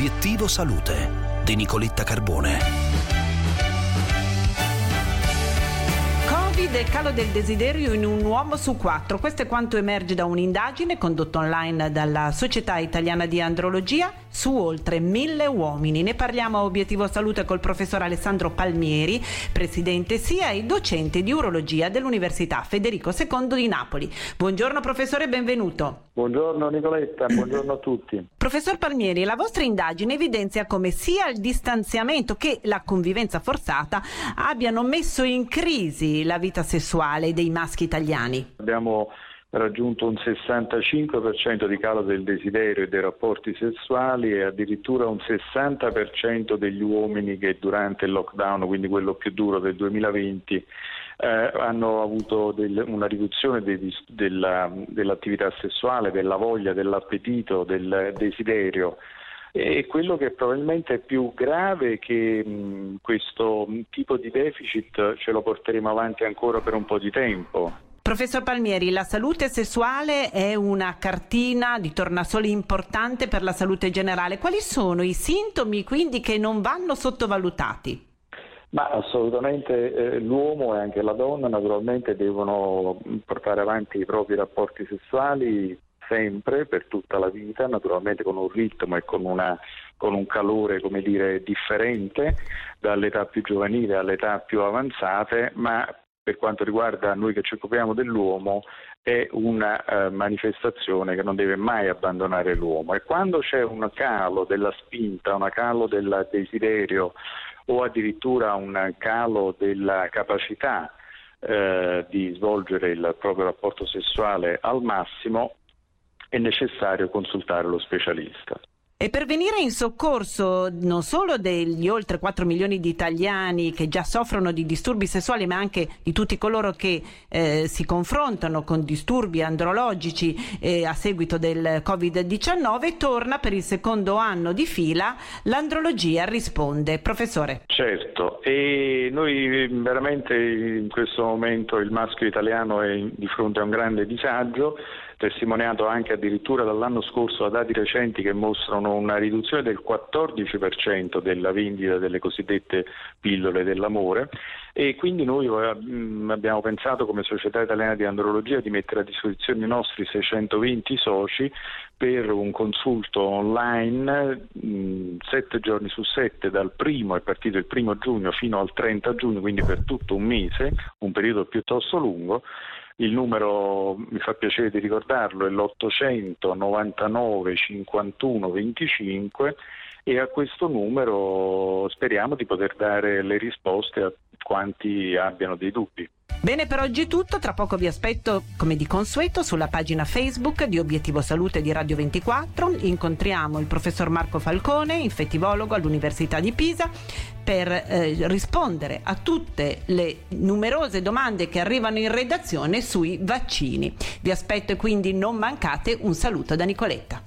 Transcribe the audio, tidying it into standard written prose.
Obiettivo Salute di Nicoletta Carbone. Covid e calo del desiderio in un uomo su 4. Questo è quanto emerge da un'indagine condotta online dalla Società Italiana di Andrologia su oltre 1000 uomini. Ne parliamo a Obiettivo Salute col professor Alessandro Palmieri, presidente SIA e docente di urologia dell'Università Federico II di Napoli. Buongiorno professore, benvenuto. Buongiorno Nicoletta, buongiorno a tutti. Professor Palmieri, la vostra indagine evidenzia come sia il distanziamento che la convivenza forzata abbiano messo in crisi la vita sessuale dei maschi italiani. Abbiamo raggiunto un 65% di calo del desiderio e dei rapporti sessuali e addirittura un 60% degli uomini che durante il lockdown, quindi quello più duro del 2020, hanno avuto una riduzione dell'attività sessuale, della voglia, dell'appetito, del desiderio. E quello che probabilmente è più grave è che questo tipo di deficit ce lo porteremo avanti ancora per un po' di tempo. Professor Palmieri, la salute sessuale è una cartina di tornasole importante per la salute generale. Quali sono i sintomi quindi che non vanno sottovalutati? Ma assolutamente l'uomo e anche la donna naturalmente devono portare avanti i propri rapporti sessuali sempre, per tutta la vita, naturalmente con un ritmo e con un calore, come dire, differente dall'età più giovanile all'età più avanzate, ma per quanto riguarda noi che ci occupiamo dell'uomo è una manifestazione che non deve mai abbandonare l'uomo. E quando c'è un calo della spinta, un calo del desiderio o addirittura un calo della capacità di svolgere il proprio rapporto sessuale al massimo, è necessario consultare lo specialista. E per venire in soccorso non solo degli oltre 4 milioni di italiani che già soffrono di disturbi sessuali, ma anche di tutti coloro che si confrontano con disturbi andrologici a seguito del Covid-19, torna per il secondo anno di fila l'Andrologia Risponde. Professore. Certo, e noi veramente in questo momento il maschio italiano è di fronte a un grande disagio, testimoniato anche addirittura dall'anno scorso da dati recenti che mostrano una riduzione del 14% della vendita delle cosiddette pillole dell'amore, e quindi noi abbiamo pensato come Società Italiana di Andrologia di mettere a disposizione i nostri 620 soci per un consulto online 7 giorni su 7 è partito il 1 giugno fino al 30 giugno, quindi per tutto un mese, un periodo piuttosto lungo. Il numero, mi fa piacere di ricordarlo, è l'800 99 51 25 e a questo numero speriamo di poter dare le risposte a quanti abbiano dei dubbi. Bene, per oggi è tutto. Tra poco vi aspetto, come di consueto, sulla pagina Facebook di Obiettivo Salute di Radio 24. Incontriamo il professor Marco Falcone, infettivologo all'Università di Pisa, per rispondere a tutte le numerose domande che arrivano in redazione sui vaccini. Vi aspetto e quindi non mancate. Un saluto da Nicoletta.